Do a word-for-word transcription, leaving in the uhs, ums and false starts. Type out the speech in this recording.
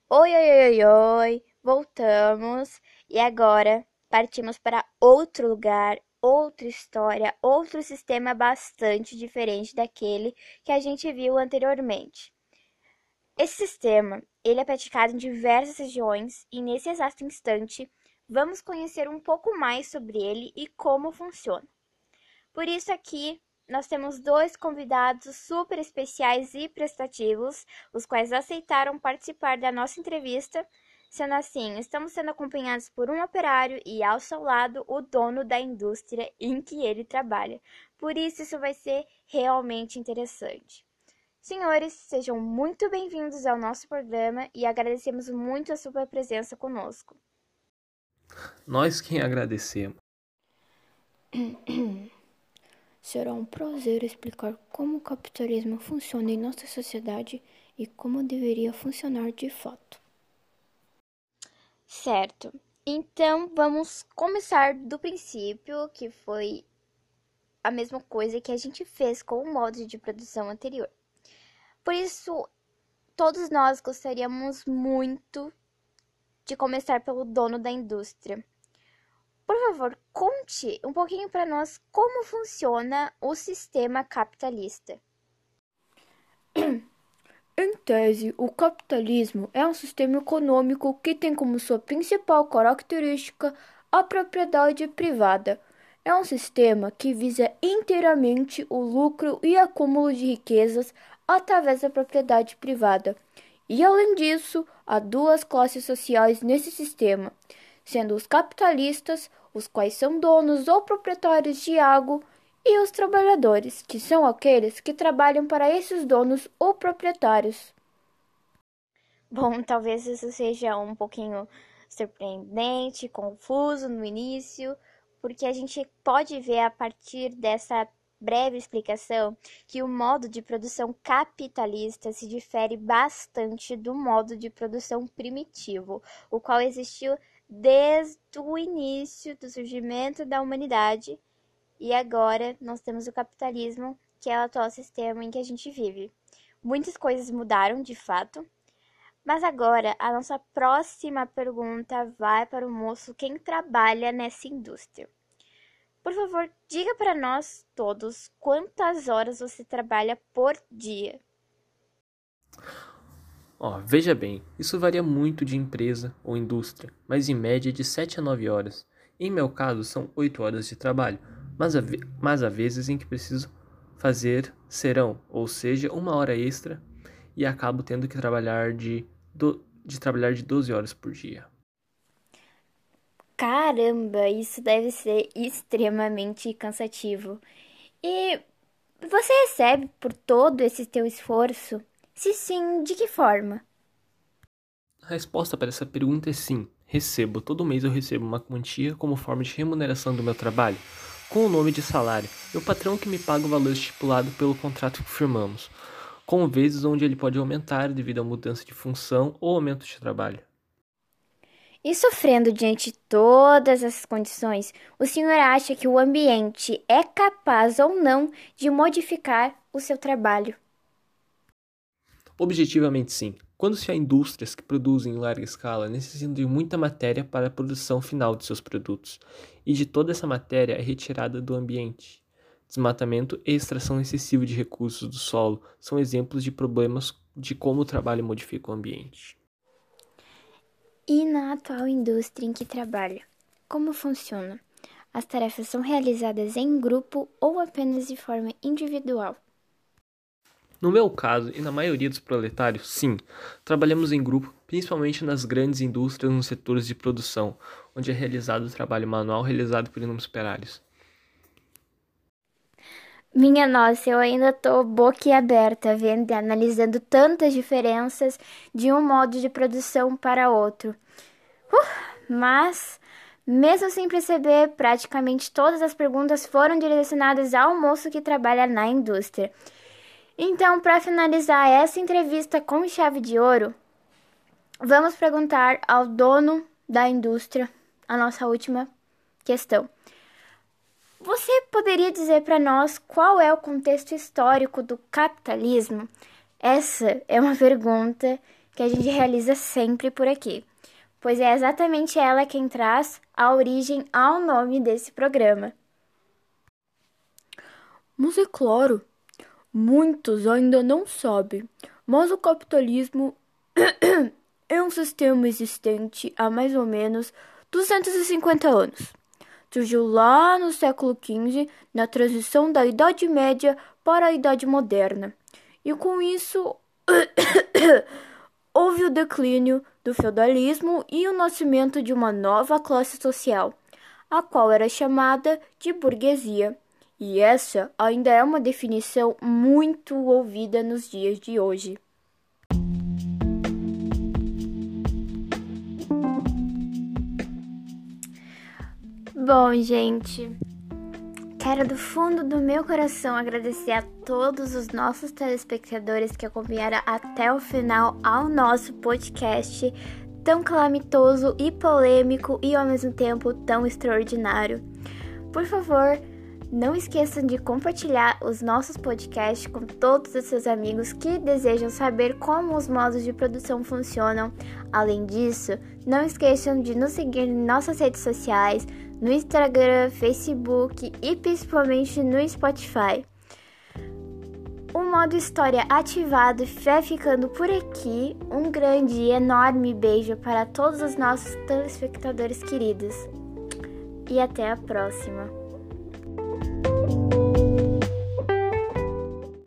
Oi, oi, oi, oi, oi, voltamos e agora partimos para outro lugar, outra história, outro sistema bastante diferente daquele que a gente viu anteriormente. Esse sistema, ele é praticado em diversas regiões e nesse exato instante vamos conhecer um pouco mais sobre ele e como funciona. Por isso aqui nós temos dois convidados super especiais e prestativos, os quais aceitaram participar da nossa entrevista. Sendo assim, estamos sendo acompanhados por um operário e ao seu lado o dono da indústria em que ele trabalha. Por isso isso vai ser realmente interessante. Senhores, sejam muito bem-vindos ao nosso programa e agradecemos muito a sua presença conosco. Nós quem agradecemos. Será um prazer explicar como o capitalismo funciona em nossa sociedade e como deveria funcionar de fato. Certo. Então, vamos começar do princípio, que foi a mesma coisa que a gente fez com o modo de produção anterior. Por isso, todos nós gostaríamos muito de começar pelo dono da indústria. Por favor, conte um pouquinho para nós como funciona o sistema capitalista. Em tese, o capitalismo é um sistema econômico que tem como sua principal característica a propriedade privada. É um sistema que visa inteiramente o lucro e acúmulo de riquezas através da propriedade privada. E, além disso, há duas classes sociais nesse sistema, sendo os capitalistas, os quais são donos ou proprietários de algo, e os trabalhadores, que são aqueles que trabalham para esses donos ou proprietários. Bom, talvez isso seja um pouquinho surpreendente, confuso no início, porque a gente pode ver a partir dessa breve explicação que o modo de produção capitalista se difere bastante do modo de produção primitivo, o qual existiu desde o início do surgimento da humanidade. E agora nós temos o capitalismo, que é o atual sistema em que a gente vive. Muitas coisas mudaram de fato, mas agora a nossa próxima pergunta vai para o moço quem trabalha nessa indústria. Por favor, diga para nós todos quantas horas você trabalha por dia. Ó, veja bem, isso varia muito de empresa ou indústria, mas em média de sete a nove horas. Em meu caso, são oito horas de trabalho, mas há, ve- mas há vezes em que preciso fazer serão, ou seja, uma hora extra, e acabo tendo que trabalhar de, do- de trabalhar de doze horas por dia. Caramba, isso deve ser extremamente cansativo. E você recebe por todo esse teu esforço? Se sim, de que forma? A resposta para essa pergunta é sim. Recebo. Todo mês eu recebo uma quantia como forma de remuneração do meu trabalho, com o nome de salário, e o patrão que me paga o valor estipulado pelo contrato que firmamos, com vezes onde ele pode aumentar devido à mudança de função ou aumento de trabalho. E sofrendo diante de todas essas condições, o senhor acha que o ambiente é capaz ou não de modificar o seu trabalho? Objetivamente sim. Quando se há indústrias que produzem em larga escala, necessitam de muita matéria para a produção final de seus produtos, e de toda essa matéria é retirada do ambiente. Desmatamento e extração excessiva de recursos do solo são exemplos de problemas de como o trabalho modifica o ambiente. E na atual indústria em que trabalha, como funciona? As tarefas são realizadas em grupo ou apenas de forma individual? No meu caso, e na maioria dos proletários, sim, trabalhamos em grupo, principalmente nas grandes indústrias nos setores de produção, onde é realizado o trabalho manual realizado por inúmeros operários. Minha nossa, eu ainda tô boquiaberta vendo e analisando tantas diferenças de um modo de produção para outro. Uh, mas, mesmo sem perceber, praticamente todas as perguntas foram direcionadas ao moço que trabalha na indústria. Então, para finalizar essa entrevista com chave de ouro, vamos perguntar ao dono da indústria a nossa última questão. Você poderia dizer para nós qual é o contexto histórico do capitalismo? Essa é uma pergunta que a gente realiza sempre por aqui, pois é exatamente ela quem traz a origem ao nome desse programa. Mas é claro, muitos ainda não sabem, mas o capitalismo é um sistema existente há mais ou menos duzentos e cinquenta anos. Surgiu lá no século quinze, na transição da Idade Média para a Idade Moderna. E com isso, houve o declínio do feudalismo e o nascimento de uma nova classe social, a qual era chamada de burguesia. E essa ainda é uma definição muito ouvida nos dias de hoje. Bom, gente, quero do fundo do meu coração agradecer a todos os nossos telespectadores que acompanharam até o final ao nosso podcast tão calamitoso e polêmico e ao mesmo tempo tão extraordinário. Por favor, não esqueçam de compartilhar os nossos podcasts com todos os seus amigos que desejam saber como os modos de produção funcionam. Além disso, não esqueçam de nos seguir em nossas redes sociais, no Instagram, Facebook e principalmente no Spotify. O modo história ativado vai ficando por aqui. Um grande e enorme beijo para todos os nossos telespectadores queridos. E até a próxima.